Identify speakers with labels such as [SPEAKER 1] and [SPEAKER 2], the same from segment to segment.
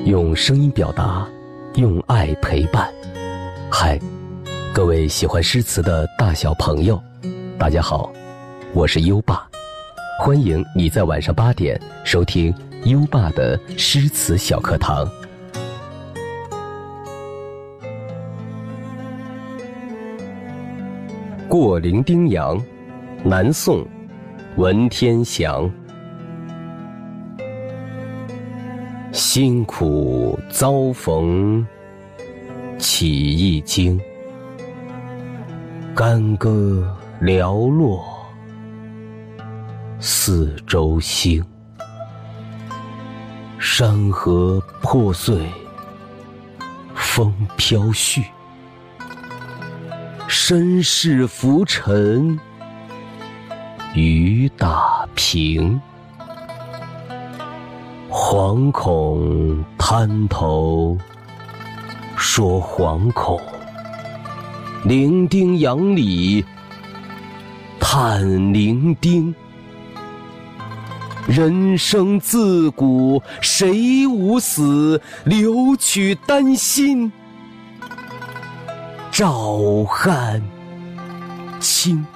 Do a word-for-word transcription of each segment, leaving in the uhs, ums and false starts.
[SPEAKER 1] 用声音表达，用爱陪伴。嗨，各位喜欢诗词的大小朋友，大家好，我是优爸，欢迎你在晚上八点收听优爸的诗词小课堂。过零丁洋，南宋，文天祥。辛苦遭逢起一经，干戈寥落四周星。山河破碎风飘絮，身世浮沉雨打平。惶恐滩头说惶恐，零丁洋里叹零丁。人生自古谁无死，留取丹心照汗青。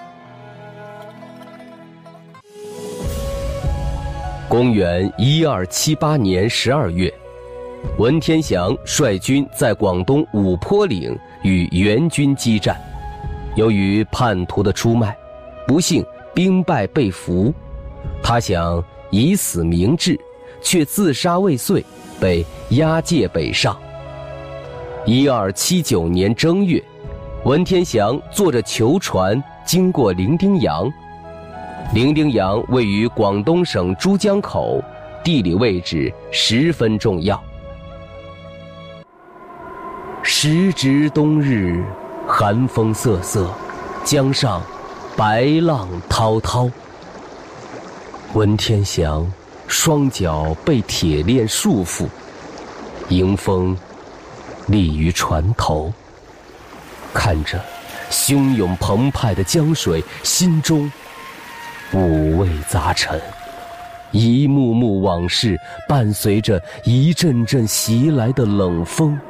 [SPEAKER 1] 公元一二七八年十二月，文天祥率军在广东五坡岭与元军激战，由于叛徒的出卖，不幸兵败被俘。他想以死明志，却自杀未遂，被押解北上。一二七九年正月，文天祥坐着囚船经过零丁洋。零丁洋位于广东省珠江口，地理位置十分重要。时值冬日，寒风瑟瑟，江上白浪滔滔。文天祥双脚被铁链束缚，迎风立于船头，看着汹涌澎湃的江水，心中五味杂陈，一幕幕往事伴随着一阵阵袭来的冷风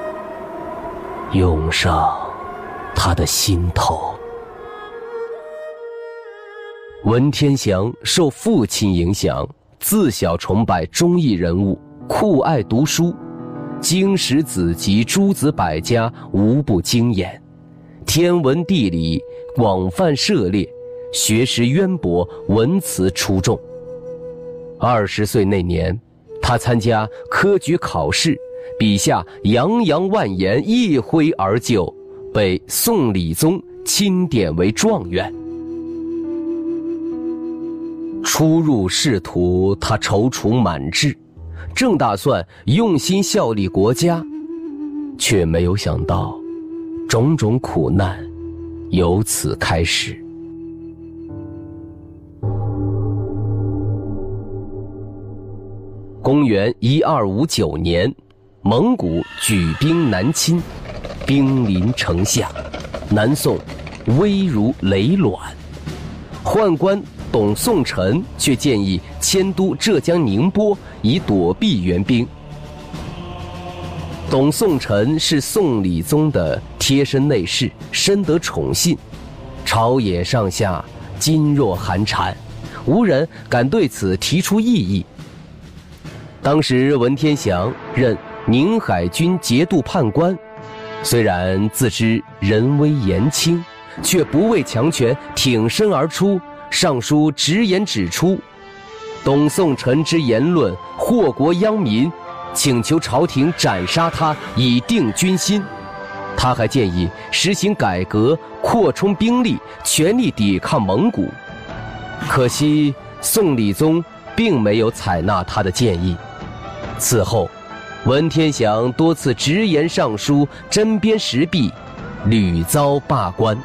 [SPEAKER 1] 涌上他的心头。文天祥受父亲影响，自小崇拜忠义人物，酷爱读书，经史子集诸子百家无不精研，天文地理广泛涉猎，学识渊博，文辞出众。二十岁那年，他参加科举考试，笔下洋洋万言一挥而就，被宋理宗钦点为状元。初入仕途，他踌躇满志，正打算用心效力国家，却没有想到种种苦难由此开始。公元一二五九年，蒙古举兵南侵，兵临城下，南宋危如累卵。宦官董宋臣却建议迁都浙江宁波，以躲避援兵。董宋臣是宋理宗的贴身内侍，深得宠信，朝野上下噤若寒蝉，无人敢对此提出异议。当时文天祥任宁海军节度判官，虽然自知人微言轻，却不畏强权，挺身而出，上书直言指出董宋臣之言论祸国殃民，请求朝廷斩杀他，以定军心。他还建议实行改革，扩充兵力，全力抵抗蒙古。可惜宋理宗并没有采纳他的建议。此后，文天祥多次直言上书，针砭时弊，屡遭罢官。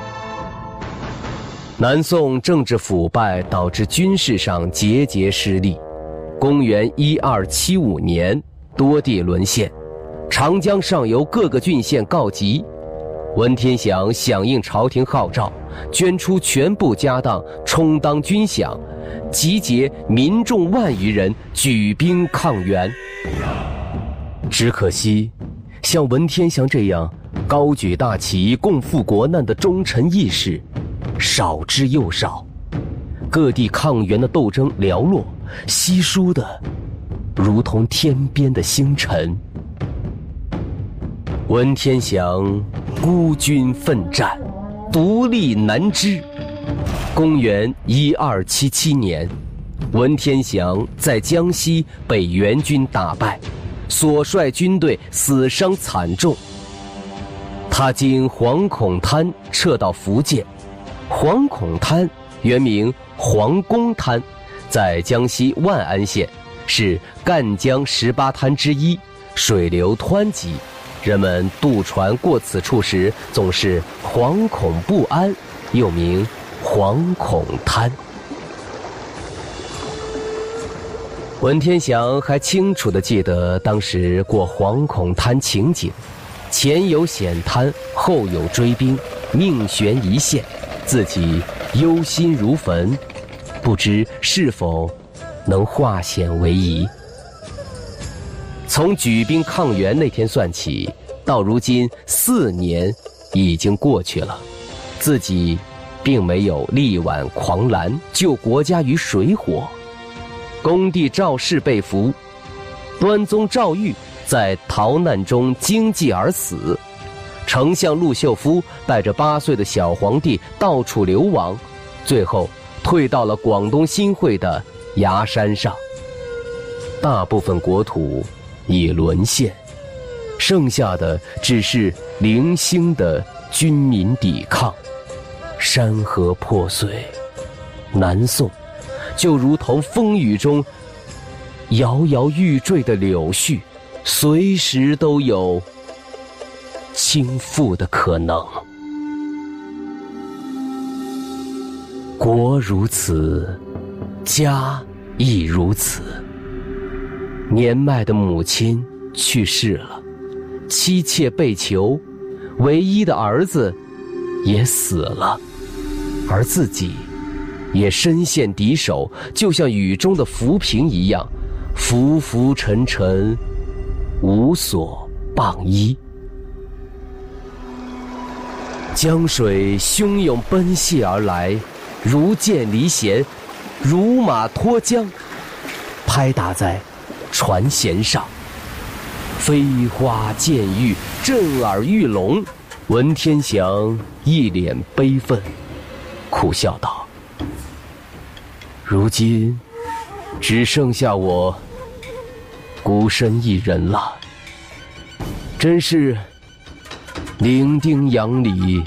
[SPEAKER 1] 南宋政治腐败导致军事上节节失利。公元一二七五年，多地沦陷，长江上游各个郡县告急。文天祥响应朝廷号召，捐出全部家当充当军饷，集结民众万余人举兵抗元。 只可惜，像文天祥这样高举大旗、共赴国难的忠臣义士，少之又少。各地抗元的斗争寥落，稀疏的如同天边的星辰。文天祥孤军奋战，独立难支。公元一二七七年，文天祥在江西被元军打败，所率军队死伤惨重。他经惶孔滩撤到福建。惶孔滩原名黄公滩，在江西万安县，是赣江十八滩之一，水流湍急，人们渡船过此处时总是惶恐不安，又名惶恐滩。文天祥还清楚地记得当时过惶恐滩情景，前有险滩，后有追兵，命悬一线，自己忧心如焚，不知是否能化险为夷。从举兵抗元那天算起，到如今四年已经过去了，自己并没有力挽狂澜，救国家于水火。恭帝赵氏被俘，端宗赵玉在逃难中经济而死，丞相陆秀夫带着八岁的小皇帝到处流亡，最后退到了广东新会的崖山上。大部分国土已沦陷，剩下的只是零星的军民抵抗。山河破碎，南宋就如同风雨中摇摇欲坠的柳絮，随时都有倾覆的可能。国如此，家亦如此。年迈的母亲去世了，妻妾被囚，唯一的儿子也死了，而自己也身陷敌手，就像雨中的浮萍一样，浮浮沉沉，无所傍依。江水汹涌奔泻而来，如箭离弦，如马脱缰，拍打在船舷上。飞花溅玉，震耳欲聋。文天祥一脸悲愤，苦笑道：如今只剩下我孤身一人了，真是零丁洋里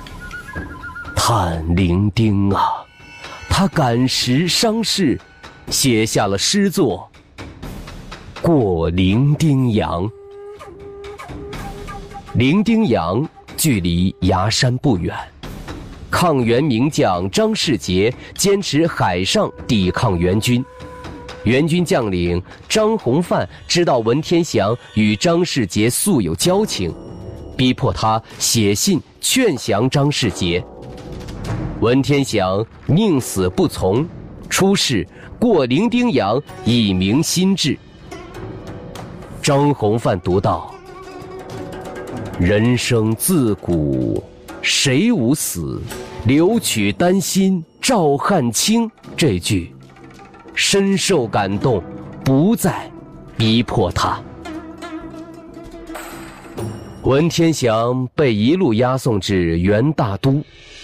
[SPEAKER 1] 叹零丁啊。他感时伤势，写下了诗作《过零丁洋》。零丁洋距离崖山不远，抗元名将张世杰坚持海上抵抗元军。元军将领张弘范知道文天祥与张世杰素有交情，逼迫他写信劝降张世杰。文天祥宁死不从，出仕过零丁洋，以明心志。张弘范读道：人生自古谁无死，留取丹心照汗青。这句深受感动，不再逼迫他。文天祥被一路押送至元大都，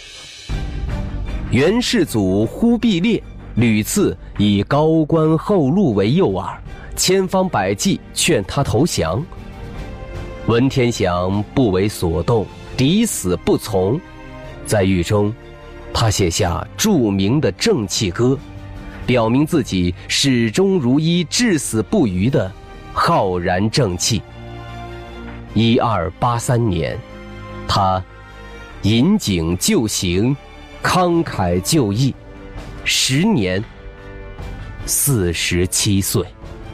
[SPEAKER 1] 元世祖忽必烈屡次以高官厚禄为诱饵，千方百计劝他投降。文天祥不为所动，抵死不从。在狱中，他写下著名的正气歌，表明自己始终如一、至死不渝的浩然正气。一二八三年，他引颈就刑，慷慨就义，时年四十七岁。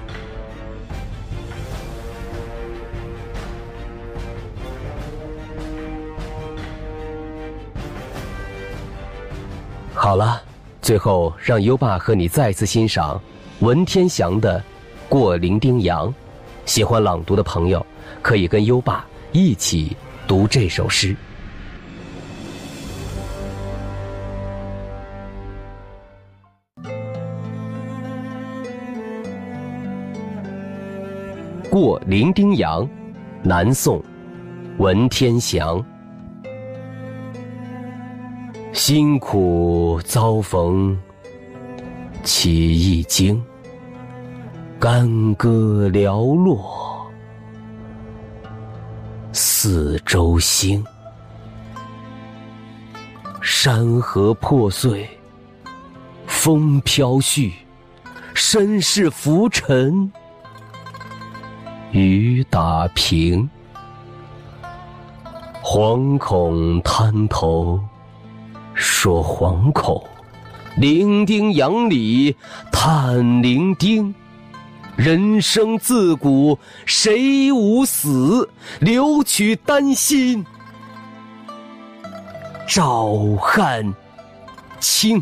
[SPEAKER 1] 好了，最后让优爸和你再次欣赏文天祥的《过零丁洋》。 喜欢朗读的朋友可以跟优爸一起读这首诗。过零丁洋，南宋，文天祥。辛苦遭逢起一经，干戈寥落四周星。山河破碎风飘絮，身世浮沉雨打平。惶恐滩头说惶恐，零丁洋里叹零丁。人生自古谁无死，留取丹心照汗青。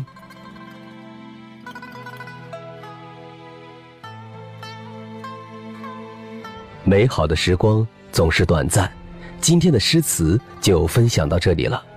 [SPEAKER 1] 美好的时光总是短暂，今天的诗词就分享到这里了。